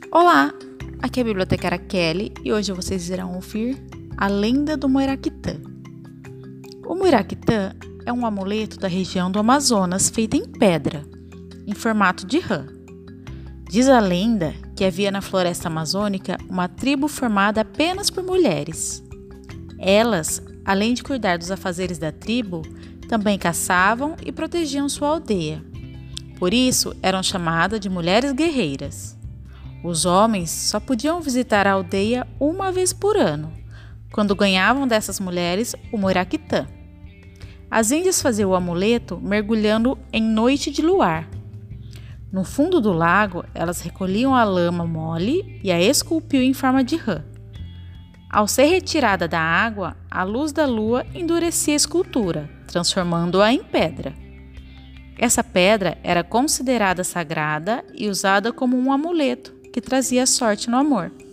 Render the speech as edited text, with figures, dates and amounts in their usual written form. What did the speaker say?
Olá, aqui é a bibliotecária Kelly e hoje vocês irão ouvir a lenda do Moiraquitã. O Moiraquitã é um amuleto da região do Amazonas feito em pedra, em formato de rã. Diz a lenda que havia na floresta amazônica uma tribo formada apenas por mulheres. Elas, além de cuidar dos afazeres da tribo, também caçavam e protegiam sua aldeia. Por isso, eram chamadas de mulheres guerreiras. Os homens só podiam visitar a aldeia uma vez por ano, quando ganhavam dessas mulheres o Moiraquitã. As índias faziam o amuleto mergulhando em noite de luar. No fundo do lago, elas recolhiam a lama mole e a esculpiam em forma de rã. Ao ser retirada da água, a luz da lua endurecia a escultura, transformando-a em pedra. Essa pedra era considerada sagrada e usada como um amuleto que trazia sorte no amor.